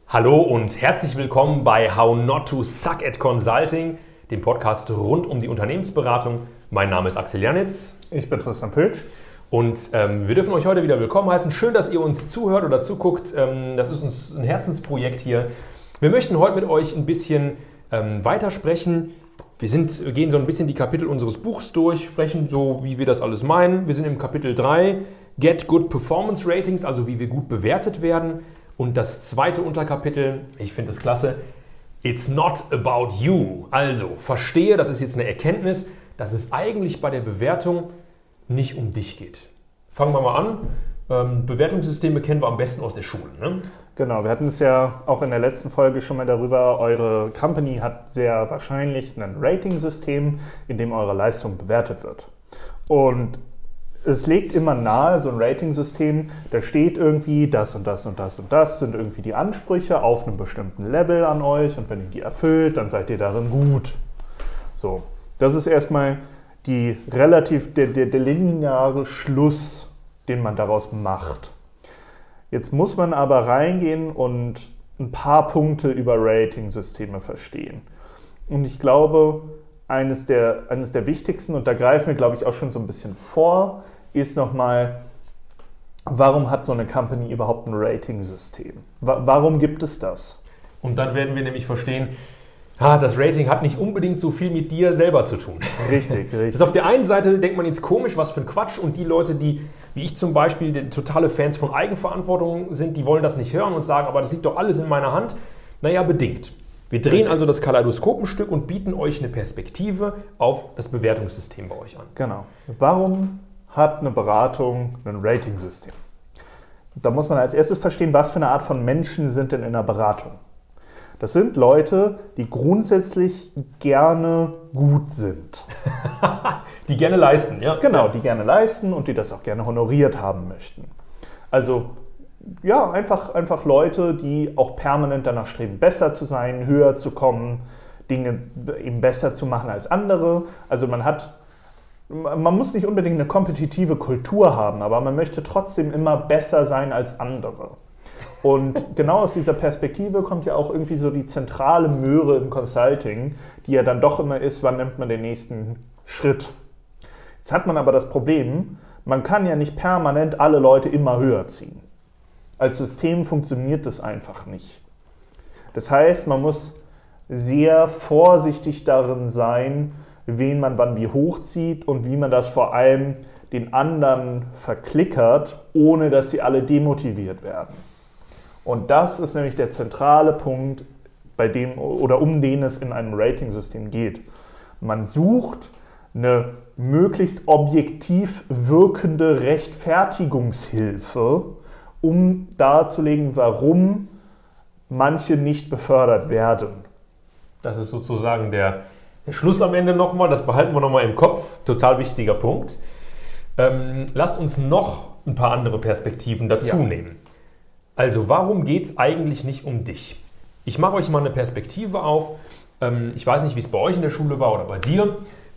Hallo und herzlich willkommen bei How Not to Suck at Consulting, dem Podcast rund um die Unternehmensberatung. Mein Name ist Axel Janitz. Ich bin Tristan Pilsch. Und wir dürfen euch heute wieder willkommen heißen. Schön, dass ihr uns zuhört oder zuguckt. Das ist uns ein Herzensprojekt hier. Wir möchten heute mit euch ein bisschen weitersprechen. Wir gehen so ein bisschen die Kapitel unseres Buchs durch, sprechen so, wie wir das alles meinen. Wir sind im Kapitel 3, Get Good Performance Ratings, also wie wir gut bewertet werden. Und das zweite Unterkapitel, ich finde das klasse, It's not about you. Also verstehe, das ist jetzt eine Erkenntnis, dass es eigentlich bei der Bewertung nicht um dich geht. Fangen wir mal an. Bewertungssysteme kennen wir am besten aus der Schule, ne? Genau, wir hatten es ja auch in der letzten Folge schon mal darüber, eure Company hat sehr wahrscheinlich ein Rating-System, in dem eure Leistung bewertet wird. Und es legt immer nahe, so ein Rating-System, da steht irgendwie das und das und das und das sind irgendwie die Ansprüche auf einem bestimmten Level an euch und wenn ihr die erfüllt, dann seid ihr darin gut. So, das ist erstmal der lineare Schluss, den man daraus macht. Jetzt muss man aber reingehen und ein paar Punkte über Rating-Systeme verstehen. Und ich glaube, eines der wichtigsten, und da greifen wir, glaube ich, auch schon so ein bisschen vor, ist nochmal, warum hat so eine Company überhaupt ein Rating-System? Warum gibt es das? Und dann werden wir nämlich verstehen, das Rating hat nicht unbedingt so viel mit dir selber zu tun. Richtig. Das ist auf der einen Seite, denkt man jetzt komisch, was für ein Quatsch. Und die Leute, die, wie ich zum Beispiel, die totale Fans von Eigenverantwortung sind, die wollen das nicht hören und sagen, aber das liegt doch alles in meiner Hand. Naja, bedingt. Wir drehen also das Kaleidoskop ein Stück und bieten euch eine Perspektive auf das Bewertungssystem bei euch an. Genau. Warum hat eine Beratung ein Rating-System? Da muss man als erstes verstehen, was für eine Art von Menschen sind denn in einer Beratung. Das sind Leute, die grundsätzlich gerne gut sind. Die gerne leisten, ja? Genau, die gerne leisten und die das auch gerne honoriert haben möchten. Also ja, einfach Leute, die auch permanent danach streben, besser zu sein, höher zu kommen, Dinge eben besser zu machen als andere. Also man muss nicht unbedingt eine kompetitive Kultur haben, aber man möchte trotzdem immer besser sein als andere. Und genau aus dieser Perspektive kommt ja auch irgendwie so die zentrale Möhre im Consulting, die ja dann doch immer ist, wann nimmt man den nächsten Schritt. Jetzt hat man aber das Problem, man kann ja nicht permanent alle Leute immer höher ziehen. Als System funktioniert das einfach nicht. Das heißt, man muss sehr vorsichtig darin sein, wen man wann wie hochzieht und wie man das vor allem den anderen verklickert, ohne dass sie alle demotiviert werden. Und das ist nämlich der zentrale Punkt, um den es in einem Rating-System geht. Man sucht eine möglichst objektiv wirkende Rechtfertigungshilfe, um darzulegen, warum manche nicht befördert werden. Das ist sozusagen der Schluss am Ende nochmal, das behalten wir nochmal im Kopf, total wichtiger Punkt. Lasst uns noch ein paar andere Perspektiven dazu nehmen. Also, warum geht es eigentlich nicht um dich? Ich mache euch mal eine Perspektive auf. Ich weiß nicht, wie es bei euch in der Schule war oder bei dir.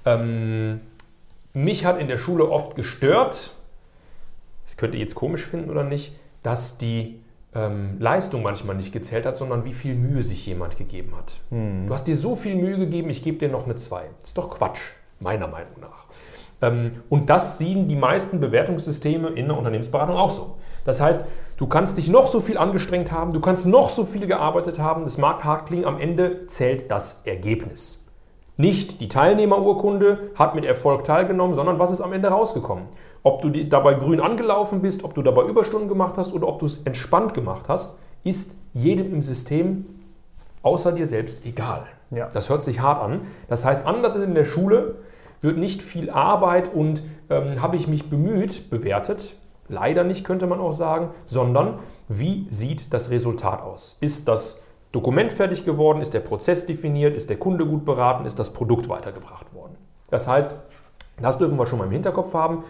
Mich hat in der Schule oft gestört, das könnt ihr jetzt komisch finden oder nicht, dass die Leistung manchmal nicht gezählt hat, sondern wie viel Mühe sich jemand gegeben hat. Du hast dir so viel Mühe gegeben, ich gebe dir noch eine 2. Das ist doch Quatsch, meiner Meinung nach. Und das sehen die meisten Bewertungssysteme in der Unternehmensberatung auch so. Das heißt, du kannst dich noch so viel angestrengt haben, du kannst noch so viel gearbeitet haben, das mag hart klingen, am Ende zählt das Ergebnis. Nicht die Teilnehmerurkunde hat mit Erfolg teilgenommen, sondern was ist am Ende rausgekommen. Ob du dabei grün angelaufen bist, ob du dabei Überstunden gemacht hast oder ob du es entspannt gemacht hast, ist jedem im System außer dir selbst egal. Ja. Das hört sich hart an. Das heißt, anders als in der Schule wird nicht viel Arbeit und habe ich mich bemüht bewertet. Leider nicht, könnte man auch sagen, sondern wie sieht das Resultat aus? Ist das Dokument fertig geworden? Ist der Prozess definiert? Ist der Kunde gut beraten? Ist das Produkt weitergebracht worden? Das heißt, das dürfen wir schon mal im Hinterkopf haben.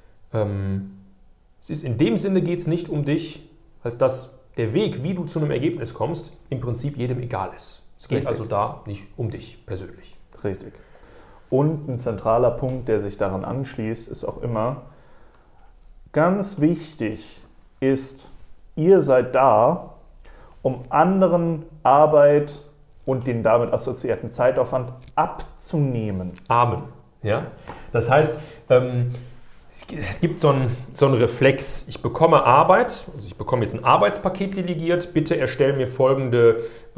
In dem Sinne geht es nicht um dich, als dass der Weg, wie du zu einem Ergebnis kommst, im Prinzip jedem egal ist. Es geht also da nicht um dich persönlich. Richtig. Und ein zentraler Punkt, der sich daran anschließt, ist auch immer, ganz wichtig ist, ihr seid da, um anderen Arbeit und den damit assoziierten Zeitaufwand abzunehmen. Amen. Ja? Das heißt, es gibt so einen Reflex. Ich bekomme Arbeit, also ich bekomme jetzt ein Arbeitspaket delegiert, bitte erstell mir folgende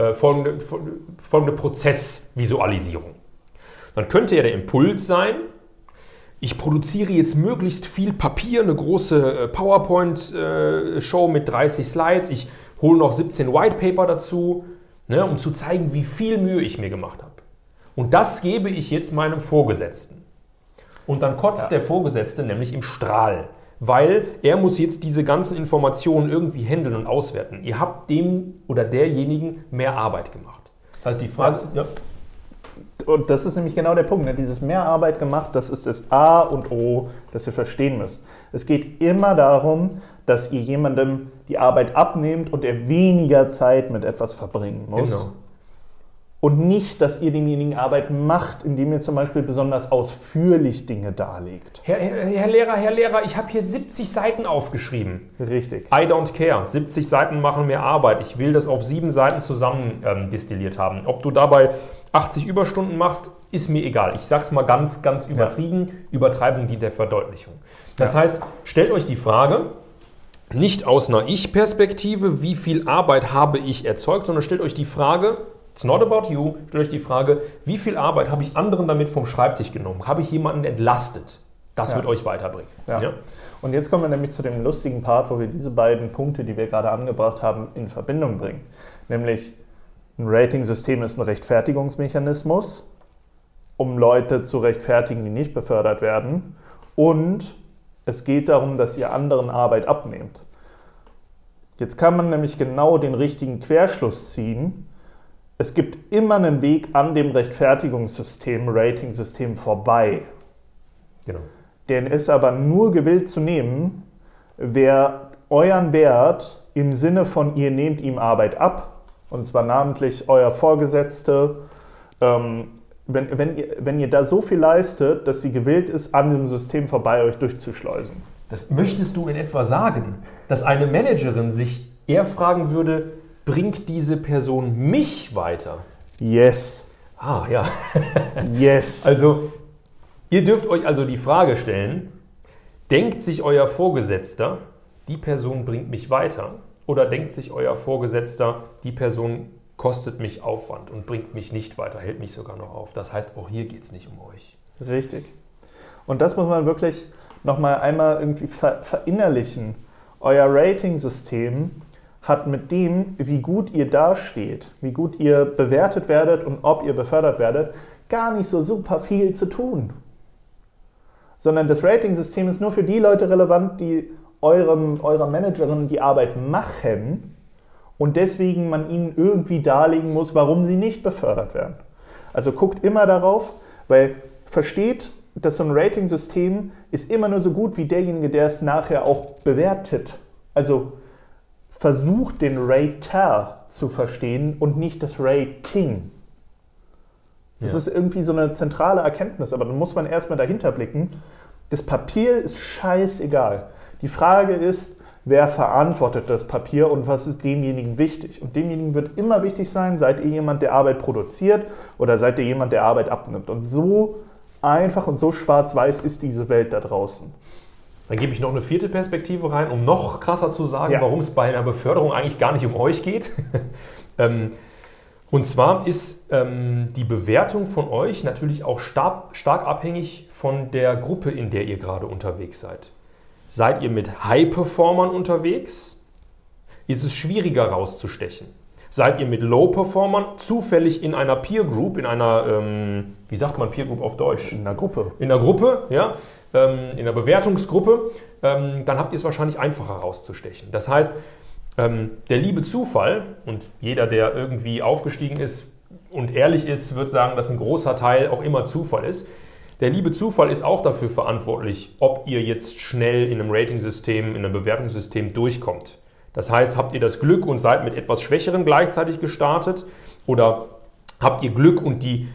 Prozessvisualisierung. Dann könnte ja der Impuls sein, ich produziere jetzt möglichst viel Papier, eine große PowerPoint-Show mit 30 Slides, ich hole noch 17 Whitepaper dazu, ne, um zu zeigen, wie viel Mühe ich mir gemacht habe. Und das gebe ich jetzt meinem Vorgesetzten. Und dann kotzt der Vorgesetzte nämlich im Strahl, weil er muss jetzt diese ganzen Informationen irgendwie handeln und auswerten. Ihr habt dem oder derjenigen mehr Arbeit gemacht. Das heißt, die Frage... Ja. Und das ist nämlich genau der Punkt, ne? Dieses Mehrarbeit gemacht, das ist das A und O, das ihr verstehen müsst. Es geht immer darum, dass ihr jemandem die Arbeit abnehmt und er weniger Zeit mit etwas verbringen muss. Genau. Und nicht, dass ihr demjenigen Arbeit macht, indem ihr zum Beispiel besonders ausführlich Dinge darlegt. Herr Lehrer, ich habe hier 70 Seiten aufgeschrieben. Richtig. I don't care. 70 Seiten machen mehr Arbeit. Ich will das auf 7 Seiten zusammen destilliert haben. Ob du dabei 80 Überstunden machst, ist mir egal. Ich sag's mal ganz, ganz übertrieben. Ja. Übertreibung dient der Verdeutlichung. Das heißt, stellt euch die Frage, nicht aus einer Ich-Perspektive, wie viel Arbeit habe ich erzeugt, sondern stellt euch die Frage, it's not about you, stellt euch die Frage, wie viel Arbeit habe ich anderen damit vom Schreibtisch genommen? Habe ich jemanden entlastet? Das wird euch weiterbringen. Ja. Ja. Und jetzt kommen wir nämlich zu dem lustigen Part, wo wir diese beiden Punkte, die wir gerade angebracht haben, in Verbindung bringen. Nämlich, ein Rating-System ist ein Rechtfertigungsmechanismus, um Leute zu rechtfertigen, die nicht befördert werden. Und es geht darum, dass ihr anderen Arbeit abnehmt. Jetzt kann man nämlich genau den richtigen Querschluss ziehen. Es gibt immer einen Weg an dem Rechtfertigungssystem, Rating-System vorbei. Genau. Den ist aber nur gewillt zu nehmen, wer euren Wert im Sinne von ihr nehmt ihm Arbeit ab, und zwar namentlich euer Vorgesetzte, wenn ihr da so viel leistet, dass sie gewillt ist, an dem System vorbei euch durchzuschleusen. Das möchtest du in etwa sagen, dass eine Managerin sich eher fragen würde, bringt diese Person mich weiter? Yes. Ah, ja. Yes. Also, ihr dürft euch also die Frage stellen, denkt sich euer Vorgesetzter, die Person bringt mich weiter? Oder denkt sich euer Vorgesetzter, die Person kostet mich Aufwand und bringt mich nicht weiter, hält mich sogar noch auf? Das heißt, auch hier geht es nicht um euch. Richtig. Und das muss man wirklich nochmal einmal irgendwie verinnerlichen. Euer Rating-System hat mit dem, wie gut ihr dasteht, wie gut ihr bewertet werdet und ob ihr befördert werdet, gar nicht so super viel zu tun. Sondern das Rating-System ist nur für die Leute relevant, die eurer Managerin die Arbeit machen und deswegen man ihnen irgendwie darlegen muss, warum sie nicht befördert werden. Also guckt immer darauf, weil versteht, dass so ein Rating-System ist immer nur so gut wie derjenige, der es nachher auch bewertet. Also versucht den Rater zu verstehen und nicht das Rating. Das ist irgendwie so eine zentrale Erkenntnis, aber dann muss man erstmal dahinter blicken. Das Papier ist scheißegal. Die Frage ist, wer verantwortet das Papier und was ist demjenigen wichtig? Und demjenigen wird immer wichtig sein, seid ihr jemand, der Arbeit produziert oder seid ihr jemand, der Arbeit abnimmt. Und so einfach und so schwarz-weiß ist diese Welt da draußen. Dann gebe ich noch eine 4. Perspektive rein, um noch krasser zu sagen, warum es bei einer Beförderung eigentlich gar nicht um euch geht. Und zwar ist die Bewertung von euch natürlich auch stark abhängig von der Gruppe, in der ihr gerade unterwegs seid. Seid ihr mit High-Performern unterwegs, ist es schwieriger rauszustechen. Seid ihr mit Low-Performern zufällig in einer Peer-Group, in einer, wie sagt man Peer-Group auf Deutsch? In einer Gruppe. In einer Gruppe, ja, in einer Bewertungsgruppe, dann habt ihr es wahrscheinlich einfacher rauszustechen. Das heißt, der liebe Zufall, und jeder, der irgendwie aufgestiegen ist und ehrlich ist, wird sagen, dass ein großer Teil auch immer Zufall ist. Der liebe Zufall ist auch dafür verantwortlich, ob ihr jetzt schnell in einem Rating-System, in einem Bewertungssystem durchkommt. Das heißt, habt ihr das Glück und seid mit etwas Schwächeren gleichzeitig gestartet oder habt ihr Glück und die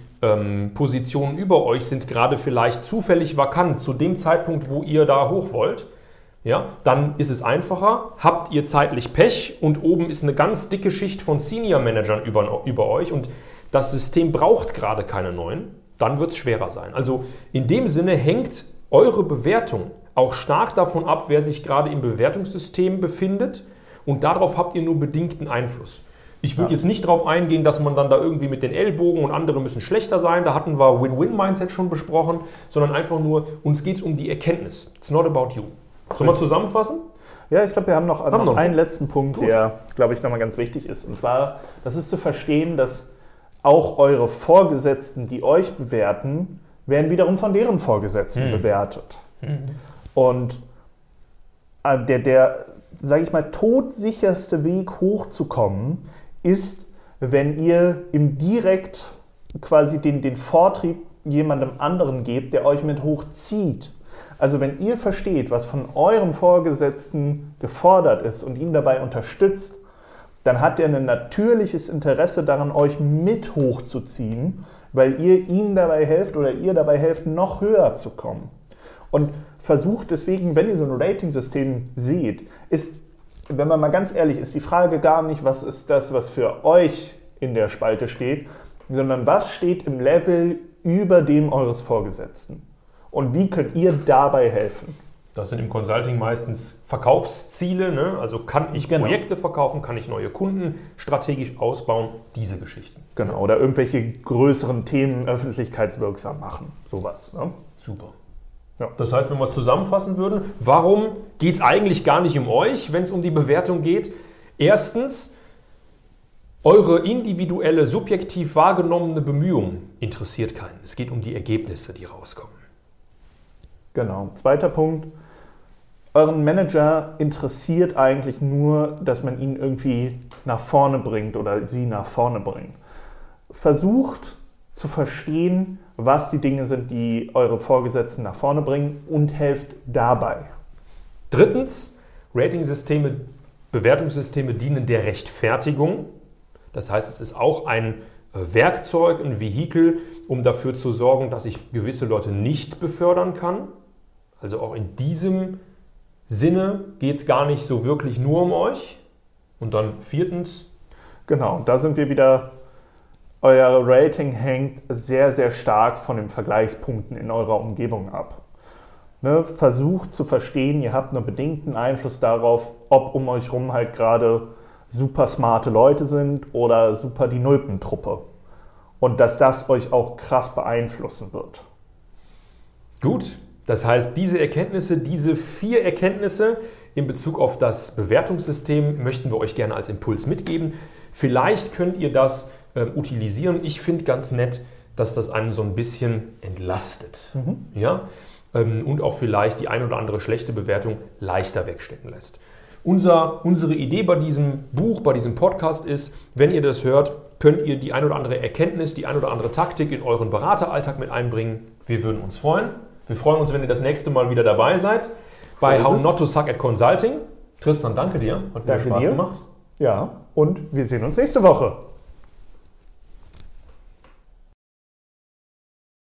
Positionen über euch sind gerade vielleicht zufällig vakant zu dem Zeitpunkt, wo ihr da hoch wollt, ja, dann ist es einfacher. Habt ihr zeitlich Pech und oben ist eine ganz dicke Schicht von Senior-Managern über euch und das System braucht gerade keine neuen, dann wird es schwerer sein. Also in dem Sinne hängt eure Bewertung auch stark davon ab, wer sich gerade im Bewertungssystem befindet und darauf habt ihr nur bedingten Einfluss. Ich würde jetzt nicht darauf eingehen, dass man dann da irgendwie mit den Ellbogen und andere müssen schlechter sein, da hatten wir Win-Win-Mindset schon besprochen, sondern einfach nur, uns geht es um die Erkenntnis. It's not about you. Sollen wir zusammenfassen? Ja, ich glaube, wir haben noch einen letzten Punkt, der, glaube ich, nochmal ganz wichtig ist. Und zwar, das ist zu verstehen, dass auch eure Vorgesetzten, die euch bewerten, werden wiederum von deren Vorgesetzten bewertet. Und der, sage ich mal, todsicherste Weg hochzukommen, ist, wenn ihr im direkt quasi den Vortrieb jemandem anderen gebt, der euch mit hochzieht. Also wenn ihr versteht, was von eurem Vorgesetzten gefordert ist und ihn dabei unterstützt, dann hat er ein natürliches Interesse daran, euch mit hochzuziehen, weil ihr ihm dabei helft oder ihr dabei helft, noch höher zu kommen. Und versucht deswegen, wenn ihr so ein Rating-System seht, ist, wenn man mal ganz ehrlich ist, die Frage gar nicht, was ist das, was für euch in der Spalte steht, sondern was steht im Level über dem eures Vorgesetzten. Und wie könnt ihr dabei helfen? Das sind im Consulting meistens Verkaufsziele, ne? Also kann ich Projekte verkaufen, kann ich neue Kunden strategisch ausbauen, diese Geschichten. Genau, oder irgendwelche größeren Themen öffentlichkeitswirksam machen, sowas. Ne? Super. Ja. Das heißt, wenn wir es zusammenfassen würden, warum geht es eigentlich gar nicht um euch, wenn es um die Bewertung geht? Erstens, eure individuelle, subjektiv wahrgenommene Bemühung interessiert keinen. Es geht um die Ergebnisse, die rauskommen. Genau. Zweiter Punkt. Euren Manager interessiert eigentlich nur, dass man ihn irgendwie nach vorne bringt oder sie nach vorne bringt. Versucht zu verstehen, was die Dinge sind, die eure Vorgesetzten nach vorne bringen und helft dabei. Drittens, Ratingsysteme, Bewertungssysteme dienen der Rechtfertigung. Das heißt, es ist auch ein Werkzeug, ein Vehikel, um dafür zu sorgen, dass ich gewisse Leute nicht befördern kann. Also auch in diesem Sinne geht es gar nicht so wirklich nur um euch. Und dann viertens. Genau, da sind wir wieder. Euer Rating hängt sehr, sehr stark von den Vergleichspunkten in eurer Umgebung ab. Ne, versucht zu verstehen, ihr habt nur bedingten Einfluss darauf, ob um euch rum halt gerade super smarte Leute sind oder super die Nulpentruppe. Und dass das euch auch krass beeinflussen wird. Gut, das heißt, diese Erkenntnisse, diese 4 Erkenntnisse in Bezug auf das Bewertungssystem möchten wir euch gerne als Impuls mitgeben. Vielleicht könnt ihr das utilisieren. Ich finde ganz nett, dass das einen so ein bisschen entlastet. Ja? Und auch vielleicht die ein oder andere schlechte Bewertung leichter wegstecken lässt. Unsere Idee bei diesem Buch, bei diesem Podcast ist, wenn ihr das hört, könnt ihr die ein oder andere Erkenntnis, die ein oder andere Taktik in euren Berateralltag mit einbringen. Wir würden uns freuen. Wir freuen uns, wenn ihr das nächste Mal wieder dabei seid bei How Not to Suck at Consulting. Tristan, danke dir. Hat wieder Spaß gemacht. Ja, und wir sehen uns nächste Woche.